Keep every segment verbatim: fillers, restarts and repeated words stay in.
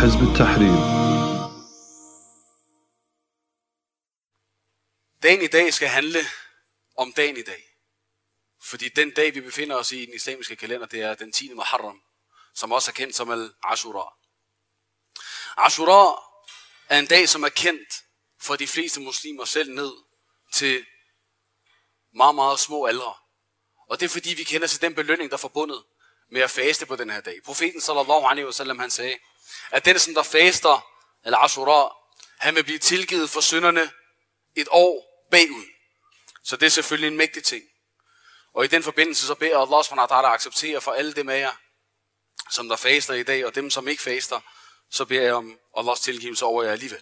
حزب التحرير. Dagen i dag skal handle om dagen i dag. Fordi den dag, vi befinder os i i den islamiske kalender, det er den tiende Muharram, som også er kendt som al-Ashura. Ashura er en dag, som er kendt for de fleste muslimer selv ned til meget, meget små aldre. Og det er fordi, vi kender til den belønning, der er forbundet med at faste på den her dag. Profeten sallallahu alaihi wasallam, han sagde, at den, som der faster, eller Ashura, han vil blive tilgivet for synderne et år bagud. Så det er selvfølgelig en mægtig ting. Og i den forbindelse så beder Allah subhanahu wa ta'ala acceptere for alle dem af jer, som der faster i dag, og dem, som ikke faster, så beder jeg om Allahs tilgivelse over jer alligevel.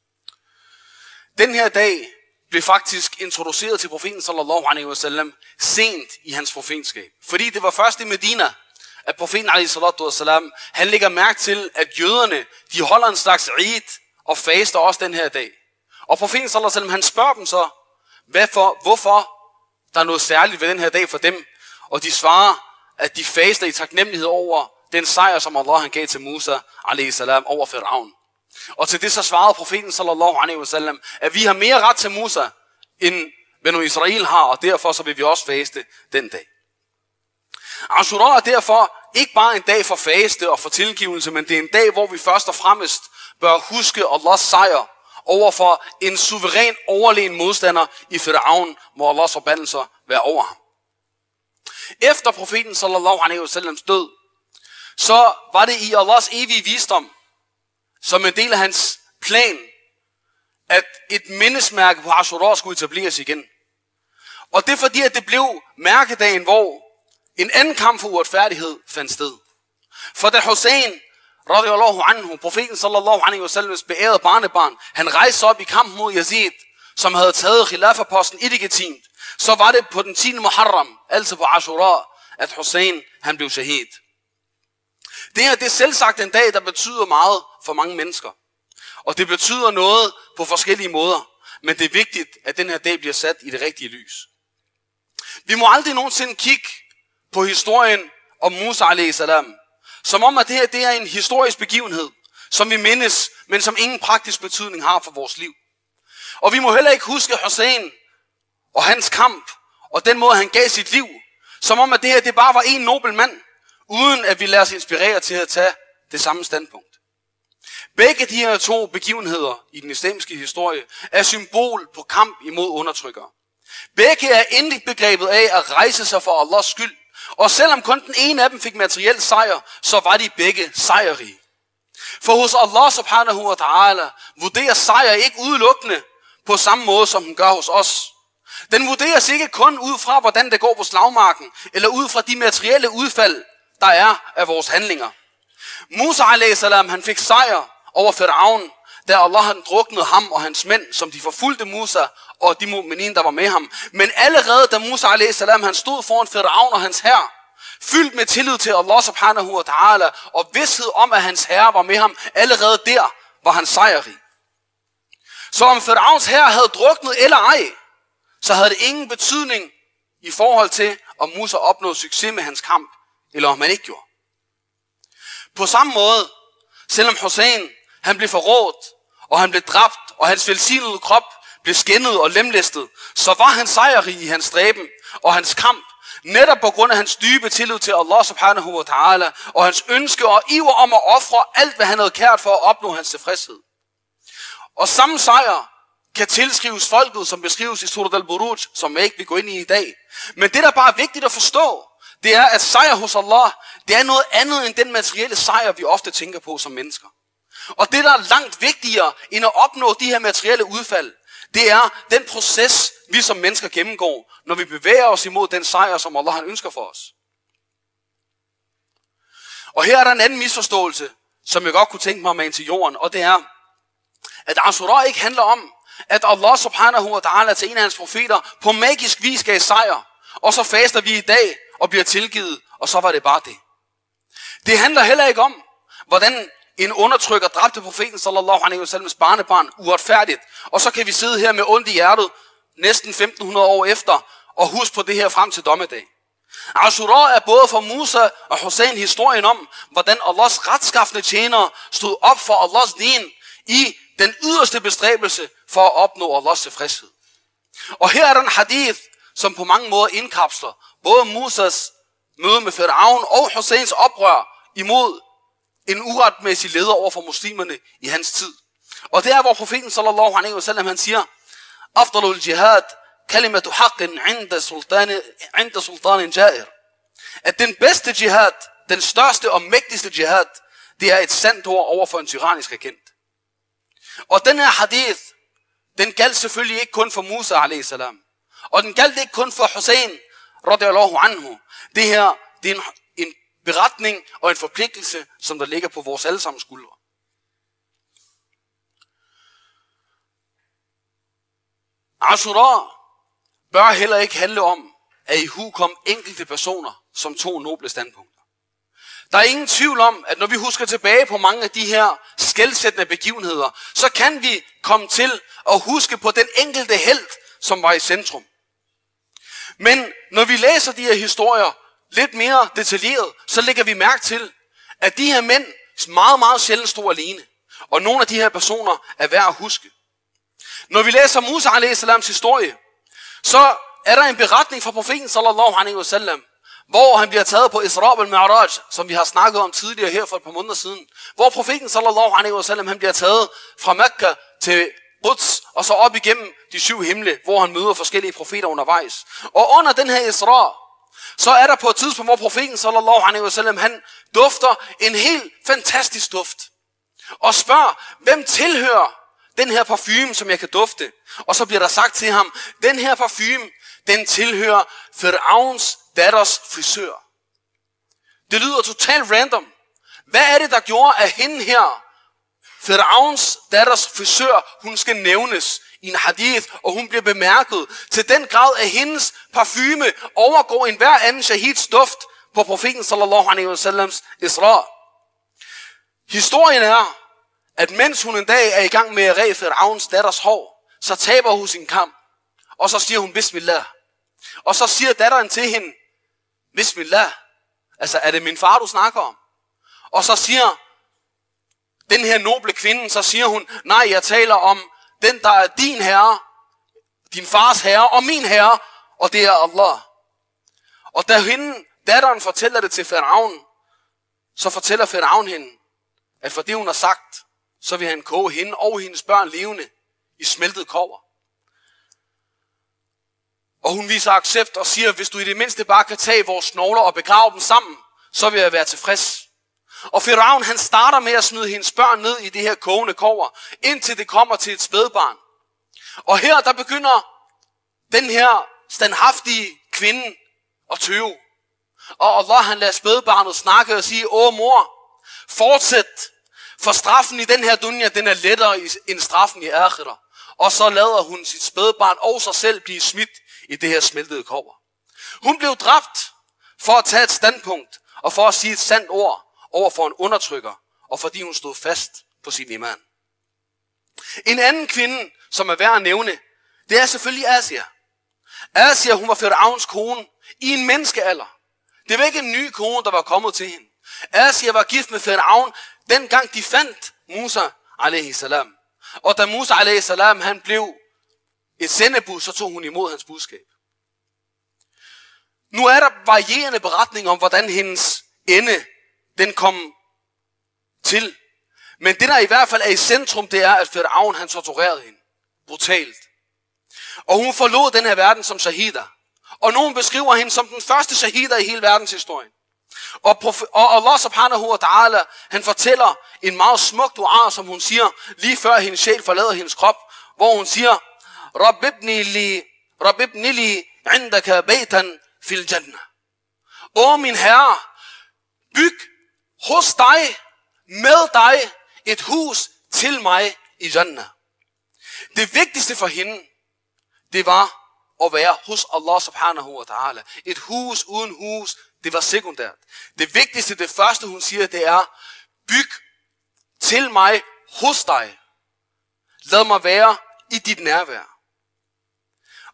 Den her dag blev faktisk introduceret til profeten sallallahu alaihi wasallam sent i hans profetskab. Fordi det var først i Medina, at profeten alaihi salatu wasallam, han lægger mærke til, at jøderne, de holder en slags Eid og faster også den her dag. Og profeten sallallahu alaihi wasallam, han spørger dem så, hvad for, hvorfor der er noget særligt ved den her dag for dem. Og de svarer, at de faster i taknemmelighed over den sejr, som Allah han gav til Musa alaihi salam over Firaun. Og til det så svarede profeten sallallahu alaihi wasallam, at vi har mere ret til Musa, end Banu Israel har, og derfor så vil vi også faste den dag. Ashura er derfor ikke bare en dag for faste og for tilgivelse, men det er en dag, hvor vi først og fremmest bør huske Allahs sejr over for en suveræn overlegen modstander i Firaun, hvor Allahs forbandelser være over ham. Efter profeten sallallahu alaihi wasallams død, så var det i Allahs evige visdom, som en del af hans plan, at et mindesmærke på Ashura skulle etableres igen. Og det er fordi, at det blev mærkedagen, hvor en anden kamp for uretfærdighed fandt sted. For da Hussein, radiyallahu anhu, profeten sallallahu alaihi wasallams beærede barnebarn, han rejste op i kampen mod Yazid, som havde taget khilafaposten illegitimt, så var det på den tiende Muharram, altså på Ashura, at Hussein han blev shahid. Det her det er selvsagt en dag, der betyder meget for mange mennesker. Og det betyder noget på forskellige måder. Men det er vigtigt, at den her dag bliver sat i det rigtige lys. Vi må aldrig nogensinde kigge på historien om Musa alaihi salam, som om at det her det er en historisk begivenhed, som vi mindes, men som ingen praktisk betydning har for vores liv. Og vi må heller ikke huske Hussein og hans kamp, og den måde han gav sit liv, som om at det her det bare var en nobel mand, uden at vi lader os inspirere til at tage det samme standpunkt. Begge de her to begivenheder i den islamiske historie er symbol på kamp imod undertrykkere. Begge er endeligt begrebet af at rejse sig for Allahs skyld, og selvom kun den ene af dem fik materiel sejr, så var de begge sejrige. For hos Allah subhanahu wa ta'ala vurderer sejr ikke udelukkende på samme måde, som den gør hos os. Den vurderes ikke kun ud fra, hvordan det går på slagmarken, eller ud fra de materielle udfald, der er af vores handlinger. Musa alaihi salam, han fik sejr over Firaun, da Allah han druknede ham og hans mænd, som de forfulgte Musa og de mu'minin, der var med ham. Men allerede da Musa alaihi salam, han stod foran Firaun og hans hær, fyldt med tillid til Allah subhanahu wa ta'ala og vidsthed om, at hans herre var med ham, allerede der var han sejrrig. Så om Firauns hær havde druknet eller ej, så havde det ingen betydning i forhold til, om Musa opnåede succes med hans kamp, eller om han ikke gjorde. På samme måde, selvom Hussein han blev forrådt, og han blev dræbt, og hans velsignede krop blev skændet og lemlæstet, så var han sejrrig i hans stræben og hans kamp, netop på grund af hans dybe tillid til Allah subhanahu wa ta'ala, og hans ønske og iver om at ofre alt, hvad han havde kært for at opnå hans tilfredshed. Og samme sejr kan tilskrives folket, som beskrives i Surat al-Buruj, som jeg ikke vil gå ind i i dag. Men det, der bare er vigtigt at forstå, det er, at sejr hos Allah, det er noget andet end den materielle sejr, vi ofte tænker på som mennesker. Og det, der er langt vigtigere end at opnå de her materielle udfald, det er den proces, vi som mennesker gennemgår, når vi bevæger os imod den sejr, som Allah han ønsker for os. Og her er der en anden misforståelse, som jeg godt kunne tænke mig med ind til jorden, og det er, at Ashura ikke handler om, at Allah subhanahu wa ta'ala til en af hans profeter på magisk vis gav sejr, og så faster vi i dag og bliver tilgivet, og så var det bare det. Det handler heller ikke om, hvordan en undertrykker dræbte profeten sallallahu alaihi wasallams barnebarn uretfærdigt, og så kan vi sidde her med ondt i hjertet næsten femten hundrede år efter og huske på det her frem til dommedag. Ashura er både for Musa og Hussein historien om, hvordan Allahs retskaffende tjenere stod op for Allahs din i den yderste bestræbelse for at opnå Allahs tilfredshed. Og her er der en hadith, som på mange måder indkapsler både Musas møde med Fir'aun og Husseins oprør imod en uretmæssig leder over for muslimerne i hans tid. Og det er, hvor profeten sallallahu alaihi wasallam han siger, Afdalul jihad, kalimatu haqqin inda sultanin, inda sultanin jair. At den bedste jihad, den største og mægtigste jihad, det er et sandt ord over for en tyrannisk agent. Og den her hadith, den galt selvfølgelig ikke kun for Musa alaihi salam. Og den galt ikke kun for Hussein radiyallahu anhu. Det her, det er en, en beretning og en forpligtelse, som der ligger på vores allesammens skuldre. Ashura bør heller ikke handle om, at i hu kom enkelte personer, som tog noble standpunkter. Der er ingen tvivl om, at når vi husker tilbage på mange af de her skelsættende begivenheder, så kan vi komme til at huske på den enkelte helt, som var i centrum. Men når vi læser de her historier lidt mere detaljeret, så lægger vi mærke til, at de her mænd meget, meget sjældent stod alene. Og nogle af de her personer er værd at huske. Når vi læser Musa alaihi salams historie, så er der en beretning fra profeten sallallahu alaihi wasallam, hvor han bliver taget på Isra wal Mi'raj, som vi har snakket om tidligere her for et par måneder siden. Hvor profeten sallallahu alaihi wasallam han bliver taget fra Mekka til Quds, og så op igennem de syv himle, hvor han møder forskellige profeter undervejs. Og under den her Isra, så er der på et tidspunkt, hvor profeten sallallahu alaihi wasallam han dufter en helt fantastisk duft. Og spørger, hvem tilhører den her parfume, som jeg kan dufte? Og så bliver der sagt til ham, den her parfume, den tilhører Fir'auns datters frisør. Det lyder totalt random. Hvad er det, der gjorde, at hende her, Fir'auns datters frisør, hun skal nævnes i en hadith, og hun bliver bemærket til den grad, at hendes parfume overgår en hver anden shahids duft på profeten sallallahu alaihi wasallams Isra. Historien er, at mens hun en dag er i gang med at ræge Fir'auns datters hår, så taber hun sin kamp, og så siger hun Bismillah. Og så siger datteren til hende, Bismillah, altså er det min far, du snakker om? Og så siger den her noble kvinde, så siger hun, nej, jeg taler om den, der er din herre, din fars herre og min herre, og det er Allah. Og da hende, datteren fortæller det til Fir'aun, så fortæller Fir'aun hende, at for det hun har sagt, så vil han koge hende og hendes børn levende i smeltet kobber. Og hun viser accept og siger, hvis du i det mindste bare kan tage vores knogler og begrave dem sammen, så vil jeg være tilfreds. Og Fir'aun han starter med at smide hendes børn ned i det her kogende kobber, indtil det kommer til et spædbarn. Og her der begynder den her standhaftige kvinde at tøve. Og Allah han lader spædbarnet snakke og sige, åh mor, fortsæt, for straffen i den her dunya, den er lettere end straffen i akhirah. Og så lader hun sit spædbarn og sig selv blive smidt i det her smeltede kobber. Hun blev dræbt for at tage et standpunkt og for at sige et sandt ord over for en undertrykker, og fordi hun stod fast på sin iman. En anden kvinde, som er værd at nævne, det er selvfølgelig Asia. Asia, hun var Fir'auns kone i en menneskealder. Det var ikke en ny kone, der var kommet til hende. Asia var gift med Fir'aun, dengang de fandt Musa alaihi salam. Og da Musa alaihi salam han blev et sendebud, så tog hun imod hans budskab. Nu er der varierende beretninger om, hvordan hendes ende den kom til. Men det der i hvert fald er i centrum, det er, at Fir'aun han torturerede hende brutalt. Og hun forlod den her verden som shahida. Og nogen beskriver hende som den første shahida i hele verdenshistorien. Og, prof- og Allah subhanahu wa ta'ala, han fortæller en meget smuk dua, som hun siger, lige før hendes sjæl forlader hendes krop, hvor hun siger, Rabbibni li, Rabbibni li indaka baytan fil jannah. Åh min herre, byg hos dig, med dig, et hus til mig i Jannah. Det vigtigste for hende, det var at være hos Allah subhanahu wa ta'ala. Et hus uden hus, det var sekundært. Det vigtigste, det første hun siger, det er, byg til mig hos dig. Lad mig være i dit nærvær.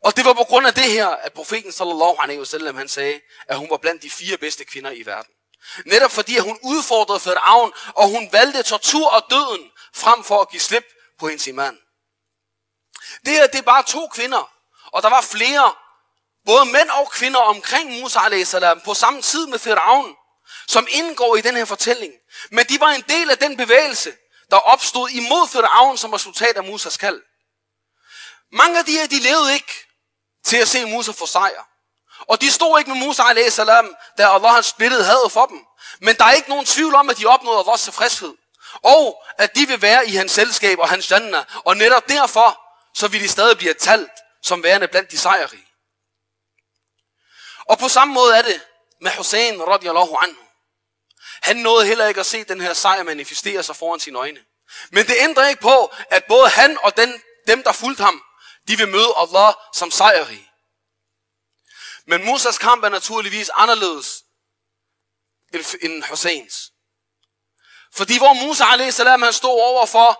Og det var på grund af det her, at profeten sallallahu alaihi wasallam, han sagde, at hun var blandt de fire bedste kvinder i verden. Netop fordi, at hun udfordrede Fir'aun, og hun valgte tortur og døden, frem for at give slip på hendes iman. Det her, det er bare to kvinder, og der var flere, både mænd og kvinder omkring Musa alaihi salam, på samme tid med Fir'aun, som indgår i den her fortælling. Men de var en del af den bevægelse, der opstod imod Fir'aun som resultat af Musas kald. Mange af de her, de levede ikke til at se Musa få sejr. Og de stod ikke med Musa alaihi salam, da Allah han splittede hadet for dem. Men der er ikke nogen tvivl om, at de opnåede Allahs tilfredshed. Og at de vil være i hans selskab og hans jannah. Og netop derfor, så vil de stadig blive talt som værende blandt de sejrige. Og på samme måde er det med Hussein radiyallahu anhu. Han nåede heller ikke at se den her sejr manifestere sig foran sine øjne. Men det ændrer ikke på, at både han og den, dem, der fulgte ham, de vil møde Allah som sejrige. Men Musas kamp er naturligvis anderledes end Husseins. Fordi hvor Musa alaihi salam, han stod over for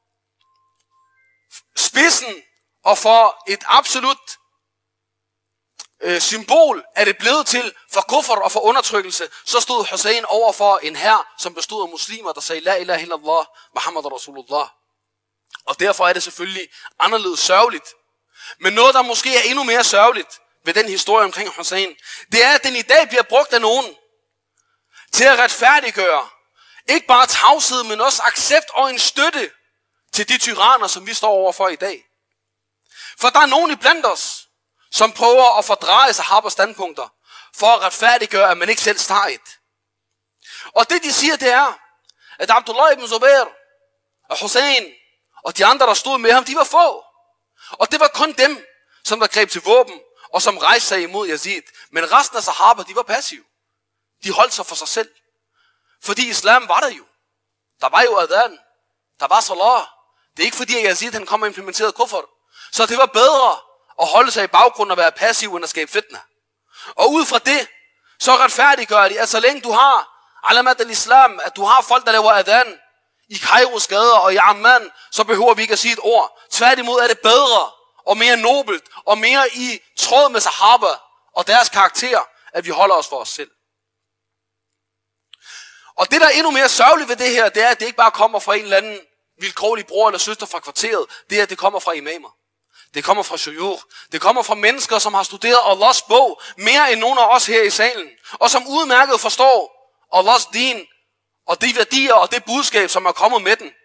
spidsen og for et absolut øh, symbol er det blevet til for kufr og for undertrykkelse, så stod Hussein over for en hær, som bestod af muslimer, der sagde la ilaha illallah, Muhammad Rasulullah. Og derfor er det selvfølgelig anderledes sørgeligt. Men noget, der måske er endnu mere sørgeligt ved den historie omkring Hussein, det er, at den i dag bliver brugt af nogen til at retfærdiggøre ikke bare tavshed, men også accept og en støtte til de tyranner, som vi står overfor i dag. For der er nogen iblandt os, som prøver at fordreje sahabers standpunkter, for at retfærdiggøre, at man ikke selv tager et. Og det de siger, det er, at Abdullah ibn Zubair og Hussein og de andre, der stod med ham, de var få. Og det var kun dem, som der greb til våben, og som rejste sig imod Yazid. Men resten af sahaber, de var passive. De holdt sig for sig selv. Fordi islam var der jo. Der var jo adhan. Der var salah. Det er ikke fordi, at Yazid han kom og implementerede kufr. Så det var bedre at holde sig i baggrunden og være passiv, end at skabe fitna. Og ud fra det, så retfærdiggør de, at så længe du har alamat al-islam, at du har folk, der laver adhan i Kairos gader og i Amman, så behøver vi ikke at sige et ord. Tværtimod er det bedre og mere nobelt og mere i tråd med sahaba og deres karakter, at vi holder os for os selv. Og det, der er endnu mere sørgeligt ved det her, det er, at det ikke bare kommer fra en eller anden vilkårlig bror eller søster fra kvarteret. Det er, at det kommer fra imamer. Det kommer fra shuyukh. Det kommer fra mennesker, som har studeret Allahs bog mere end nogen af os her i salen. Og som udmærket forstår Allahs din og de værdier og det budskab, som er kommet med den.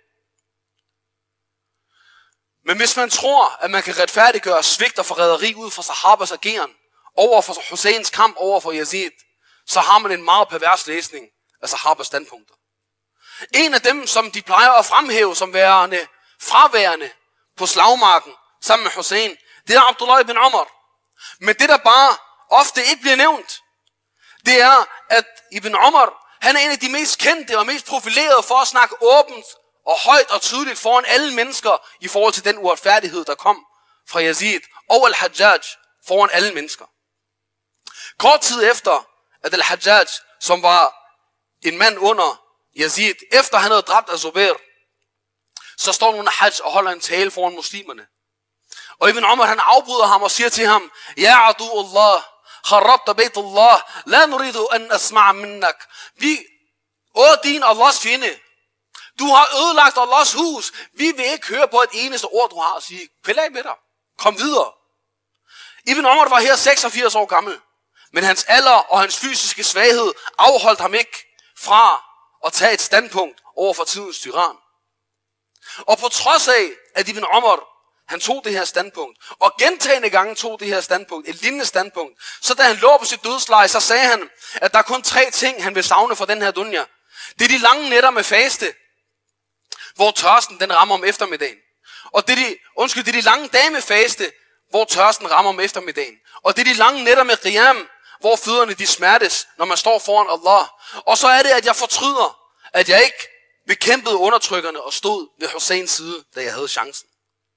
Men hvis man tror, at man kan retfærdiggøre svigt og forræderi ud fra sahabas ageren, over for Husseins kamp over for Yazid, så har man en meget pervers læsning af sahabas standpunkter. En af dem, som de plejer at fremhæve som værende fraværende på slagmarken sammen med Hussein, det er Abdullah ibn Umar. Men det, der bare ofte ikke bliver nævnt, det er, at Ibn Umar, han er en af de mest kendte og mest profilerede for at snakke åbent og højt og tydeligt foran alle mennesker i forhold til den uretfærdighed, der kom fra Yazid og al-Hajjaj foran alle mennesker. Kort tid efter, at al-Hajjaj, som var en mand under Yazid, efter han havde dræbt az-Zubair, så står nogle hajj og holder en tale foran muslimerne. Og Ibn Umar, han afbryder ham og siger til ham, ja adu Allah, kharabta bayt Allah, la nuridu an asma'a minnak. Vi, åh din Allahs fjende, du har ødelagt Allahs hus. Vi vil ikke høre på et eneste ord, du har at sige. Pille af med dig. Kom videre. Ibn Umar var her seksogfirs år gammel. Men hans alder og hans fysiske svaghed afholdt ham ikke fra at tage et standpunkt over for tidens tyran. Og på trods af, at Ibn Umar, han tog det her standpunkt, og gentagne gange tog det her standpunkt, et lignende standpunkt, så da han lå på sit dødsleje, så sagde han, at der er kun tre ting, han vil savne fra den her dunya. Det er de lange nætter med faste, hvor tørsten den rammer om eftermiddagen. Og det er de, undskyld, det er de lange dage med faste, hvor tørsten rammer om eftermiddagen. Og det er de lange nætter med qiyam, hvor fødderne de smertes, når man står foran Allah. Og så er det, at jeg fortryder, at jeg ikke bekæmpede undertrykkerne og stod ved Husseins side, da jeg havde chancen.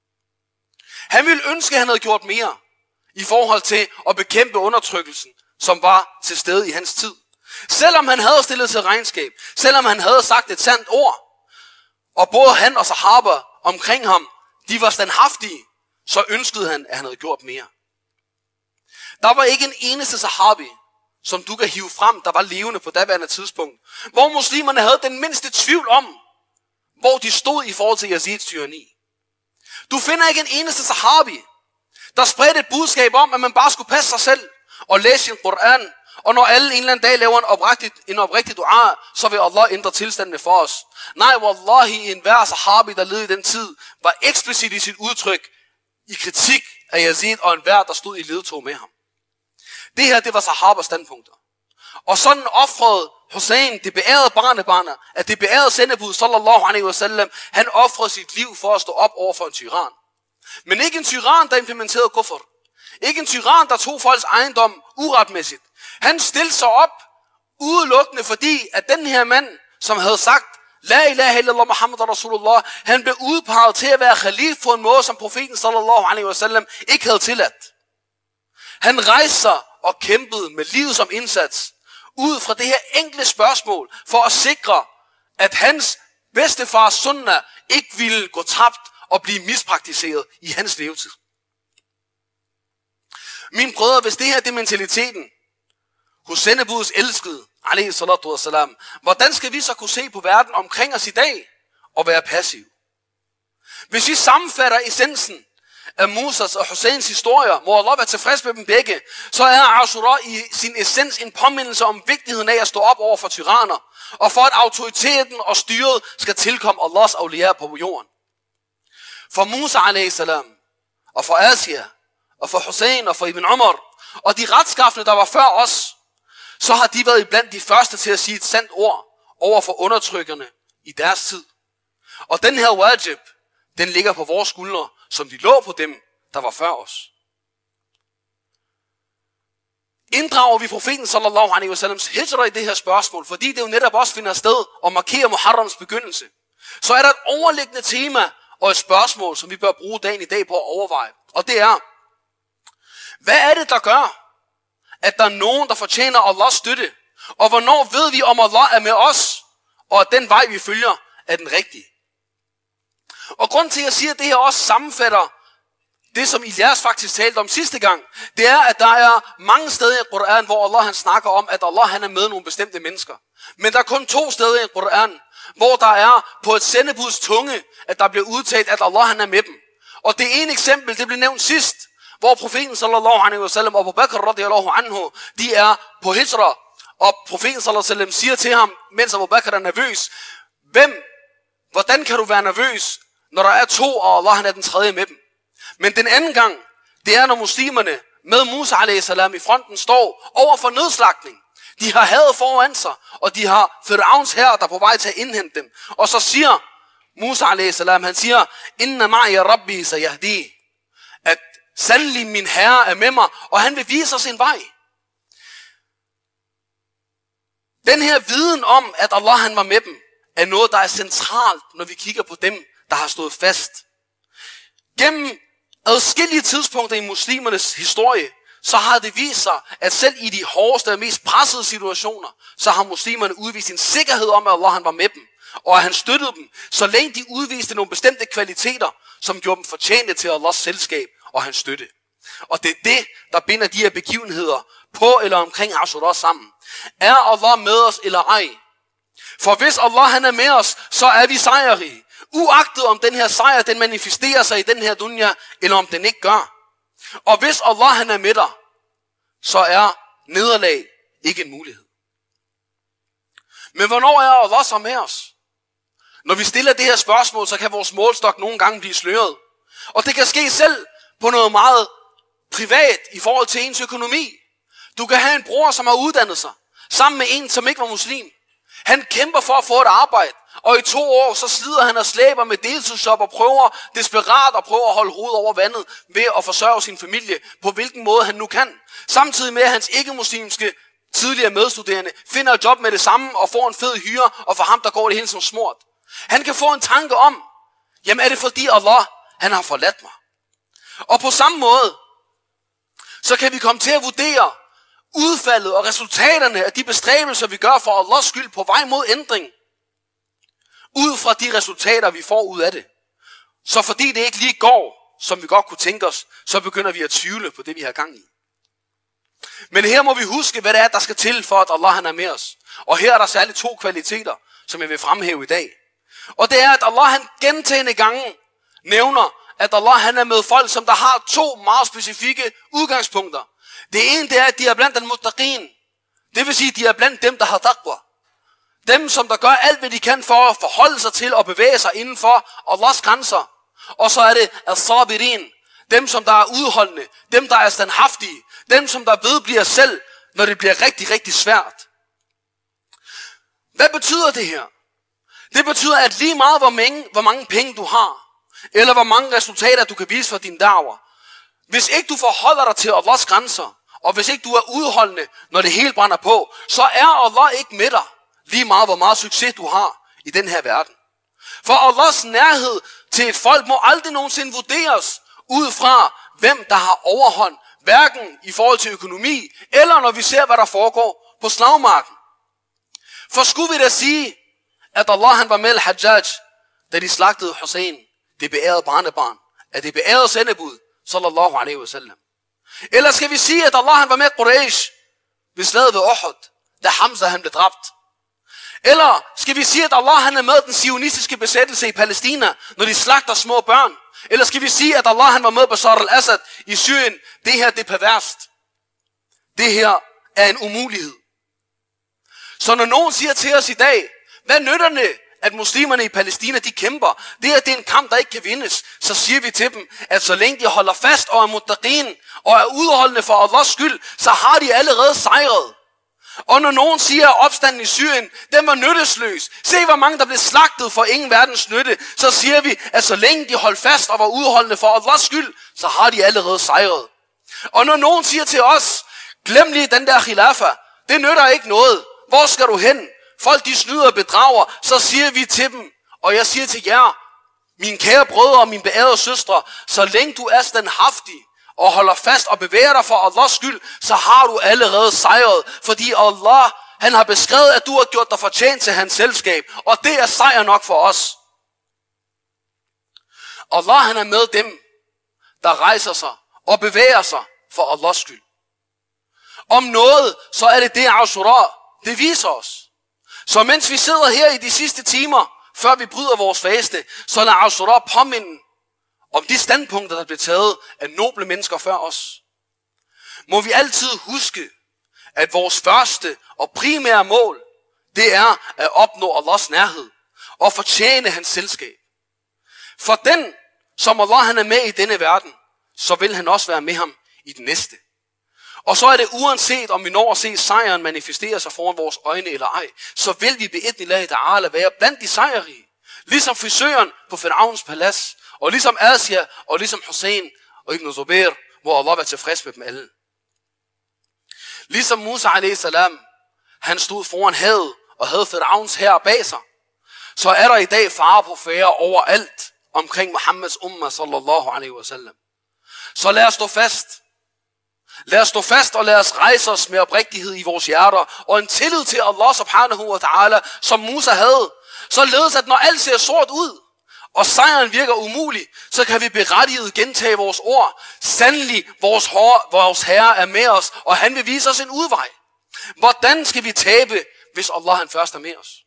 Han ville ønske, at han havde gjort mere i forhold til at bekæmpe undertrykkelsen, som var til stede i hans tid. Selvom han havde stillet til regnskab, selvom han havde sagt et sandt ord, og både han og sahaba omkring ham, de var standhaftige, så ønskede han, at han havde gjort mere. Der var ikke en eneste sahabi, som du kan hive frem, der var levende på daværende tidspunkt, hvor muslimerne havde den mindste tvivl om, hvor de stod i forhold til Yazids tyranni. Du finder ikke en eneste sahabi, der spredte et budskab om, at man bare skulle passe sig selv og læse sin Koran, og når alle en eller anden dag laver en oprigtig, en oprigtig dua, så vil Allah ændre tilstandene for os. Nej, wallahi, enhver sahabi, der levede i den tid, var eksplicit i sit udtryk i kritik af Yazid og enhver, der stod i ledtog med ham. Det her, det var sahabers standpunkter. Og sådan offrede Hussein, det beærede barnebarn, at det beærede sendebud, sallallahu alaihi wasallam, han offrede sit liv for at stå op over for en tyran. Men ikke en tyran, der implementerede kufr. Ikke en tyran, der tog folks ejendom uretmæssigt. Han stillede sig op udelukkende fordi, at den her mand, som havde sagt, La ilaha illallah Muhammad Rasulullah, han blev udpeget til at være khalif på en måde, som profeten sallallahu alaihi wasallam ikke havde tilladt. Han rejste sig og kæmpede med livet som indsats, ud fra det her enkle spørgsmål, for at sikre, at hans bedstefars sunnah ikke ville gå tabt og blive mispraktiseret i hans levetid. Mine brødre, hvis det her det er mentaliteten hos sendebudets elskede, alaihi salatu wassalam, hvordan skal vi så kunne se på verden omkring os i dag og være passiv? Hvis vi sammenfatter essensen af Musas og Husseins historier, må Allah være tilfreds med dem begge, så er Ashura i sin essens en påmindelse om vigtigheden af at stå op over for tyranner, og for at autoriteten og styret skal tilkomme Allahs awliya på jorden. For Musa alaihi salam, og for Asia, og for Hussein og for Ibn Umar, og de retskaffende, der var før os, så har de været blandt de første til at sige et sandt ord over for undertrykkerne i deres tid. Og den her wajib, den ligger på vores skuldre, som de lå på dem, der var før os. Inddrager vi profeten sallallahu alaihi wasallams hijra i det her spørgsmål, fordi det jo netop også finder sted og markerer Muharrams begyndelse, så er der et overliggende tema og et spørgsmål, som vi bør bruge dagen i dag på at overveje. Og det er, hvad er det, der gør, at der er nogen, der fortjener Allahs støtte? Og hvornår ved vi, om Allah er med os, og at den vej, vi følger, er den rigtige? Og grunden til, at jeg siger, at det her også sammenfatter det, som Ilyas faktisk talte om sidste gang, det er, at der er mange steder i Koran, hvor Allah han snakker om, at Allah han er med nogle bestemte mennesker. Men der er kun to steder i Koran, hvor der er på et sendebuds tunge, at der bliver udtalt, at Allah han er med dem. Og det ene eksempel, det blev nævnt sidst, hvor profeten sallallahu alaihi wasallam og Abu Bakr radiyallahu anhu, de er på hijra, og profeten sallallahu alaihi wasallam siger til ham, mens Abu Bakr er nervøs, hvem, hvordan kan du være nervøs, når der er to, og Allah han er den tredje med dem? Men den anden gang, det er når muslimerne med Musa alaihi salam i fronten står over for nedslagtning. De har hadet foran sig, og de har Fir'auns hær, der er på vej til at indhente dem. Og så siger Musa alaihi salam, han siger, Inna ma'i rabbi sayahdi, at sandelig min herre er med mig, og han vil vise os en vej. Den her viden om, at Allah han var med dem, er noget, der er centralt, når vi kigger på dem, der har stået fast. Gennem adskillige tidspunkter i muslimernes historie, så har det vist sig, at selv i de hårdeste og mest pressede situationer, så har muslimerne udvist en sikkerhed om, at Allah han var med dem, og at han støttede dem, så længe de udviste nogle bestemte kvaliteter, som gjorde dem fortjente til Allahs selskab og hans støtte. Og det er det, der binder de her begivenheder på eller omkring Ashura sammen. Er Allah med os eller ej? For hvis Allah han er med os, så er vi sejrige. Uagtet om den her sejr, den manifesterer sig i den her dunya, eller om den ikke gør. Og hvis Allah han er med dig, så er nederlag ikke en mulighed. Men hvornår er Allah så med os? Når vi stiller det her spørgsmål, så kan vores målstok nogle gange blive sløret. Og det kan ske selv på noget meget privat i forhold til ens økonomi. Du kan have en bror, som har uddannet sig, sammen med en, som ikke var muslim. Han kæmper for at få et arbejde, og i to år, så slider han og slæber med deltidsjob og prøver desperat at prøve at holde hovedet over vandet ved at forsørge sin familie, på hvilken måde han nu kan. Samtidig med, at hans ikke-muslimske tidligere medstuderende finder et job med det samme og får en fed hyre, og for ham, der går det hele som smurt. Han kan få en tanke om, jamen er det fordi Allah, han har forladt mig? Og på samme måde, så kan vi komme til at vurdere udfaldet og resultaterne af de bestræbelser, vi gør for Allahs skyld på vej mod ændring, ud fra de resultater, vi får ud af det. Så fordi det ikke lige går, som vi godt kunne tænke os, så begynder vi at tvivle på det, vi har gang i. Men her må vi huske, hvad det er, der skal til for, at Allah han er med os. Og her er der særligt to kvaliteter, som jeg vil fremhæve i dag. Og det er, at Allah han gentagende gange nævner, at Allah han er med folk, som der har to meget specifikke udgangspunkter. Det ene det er, at de er blandt den muttaqin. Det vil sige, at de er blandt dem, der har taqwa. Dem, som der gør alt, hvad de kan for at forholde sig til og bevæge sig inden for Allahs grænser. Og så er det as-sabirin. Dem, som der er udholdende. Dem, der er standhaftige. Dem, som der vedbliver selv, når det bliver rigtig, rigtig svært. Hvad betyder det her? Det betyder, at lige meget hvor mange, hvor mange penge du har, eller hvor mange resultater du kan vise for dine da'wah, hvis ikke du forholder dig til Allahs grænser, og hvis ikke du er udholdende, når det hele brænder på, så er Allah ikke med dig, lige meget hvor meget succes du har i den her verden. For Allahs nærhed til et folk må aldrig nogensinde vurderes ud fra, hvem der har overhånd, hverken i forhold til økonomi, eller når vi ser, hvad der foregår på slagmarken. For skulle vi da sige, at Allah han var med al-Hajjaj, da de slagtede Hussein, det beærede barnebarn, at det beærede sendebud, sallallahu alaihi wasallam. Eller skal vi sige, at Allah han var med Quraysh ved slaget ved Uhud, da Hamza han blev dræbt? Eller skal vi sige, at Allah han er med den sionistiske besættelse i Palæstina, når de slagter små børn? Eller skal vi sige, at Allah han var med Bashar al-Assad i Syrien? Det her det er perverst. Det her er en umulighed. Så når nogen siger til os i dag, hvad nytter det, at muslimerne i Palæstina de kæmper? Det her det er en kamp, der ikke kan vindes. Så siger vi til dem, at så længe de holder fast og er muttaqin og er udholdende for Allahs skyld, så har de allerede sejret. Og når nogen siger, at opstanden i Syrien, den var nyttesløs, se hvor mange der blev slagtet for ingen verdens nytte, så siger vi, at så længe de holdt fast og var udholdende for Allahs skyld, så har de allerede sejret. Og når nogen siger til os, glem lige den der khilafa, det nytter ikke noget, hvor skal du hen? Folk de snyder og bedrager, så siger vi til dem, og jeg siger til jer, mine kære brødre og mine beærede søstre, så længe du er standhaftig og holder fast og bevæger dig for Allahs skyld, så har du allerede sejret, fordi Allah han har beskrevet, at du har gjort dig fortjent til hans selskab, og det er sejr nok for os. Allah han er med dem, der rejser sig og bevæger sig for Allahs skyld. Om noget, så er det det Ashura, det viser os. Så mens vi sidder her i de sidste timer, før vi bryder vores faste, så lader Ashura påminde om de standpunkter, der blev taget af noble mennesker før os. Må vi altid huske, at vores første og primære mål, det er at opnå Allahs nærhed og fortjene hans selskab. For den, som Allah han er med i denne verden, så vil han også være med ham i den næste. Og så er det uanset, om vi når at se sejren manifestere sig foran vores øjne eller ej, så vil vi bi'idnillahi ta'ala være blandt de sejrige. Ligesom frisøren på Fir'auns palads, og ligesom Asia, og ligesom Hussein og Ibn Zubair, hvor Allah var tilfreds med dem alle. Ligesom Musa alaihi salam, han stod foran havet og havde Fir'auns hær bag sig, så er der i dag fare på færde overalt omkring Muhammeds umma sallallahu alaihi wasallam. Så lad os stå fast. Lad os stå fast og lad os rejse os med oprigtighed i vores hjerter og en tillid til Allah subhanahu wa ta'ala, som Musa havde. Således at når alt ser sort ud, og sejren virker umulig, så kan vi berettiget gentage vores ord. Sandelig, vores, hår, vores Herre er med os, og han vil vise os en udvej. Hvordan skal vi tabe, hvis Allah han først er med os?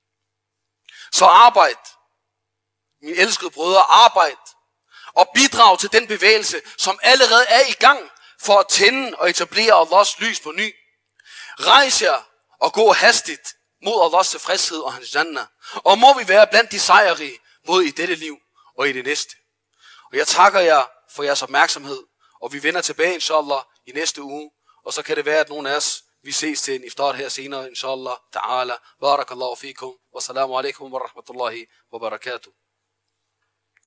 Så arbejd, mine elskede brødre, arbejd og bidrag til den bevægelse, som allerede er i gang for at tænde og etablere Allahs lys på ny. Rejs jer og gå hastigt mod Allahs tilfredshed og hans jannah. Og må vi være blandt de sejrige, både i dette liv og i det næste. Og jeg takker jer for jeres opmærksomhed, og vi vender tilbage, inshallah, i næste uge. Og så kan det være, at nogle af os, vi ses til en iftar her senere, inshallah, ta'ala. Barakallahu fikum, wa salamu alaikum wa rahmatullahi wa barakatuh.